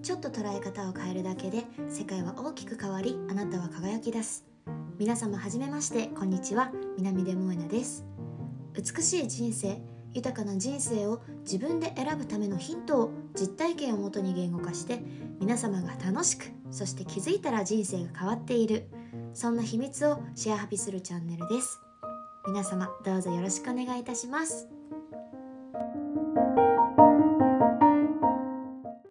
ちょっと捉え方を変えるだけで世界は大きく変わり、あなたは輝き出す。皆様はじめまして、こんにちは。南出萌なです。美しい人生、豊かな人生を自分で選ぶためのヒントを実体験をもとに言語化して、皆様が楽しく、そして気づいたら人生が変わっている、そんな秘密をシェアハピするチャンネルです。皆様どうぞよろしくお願いいたします。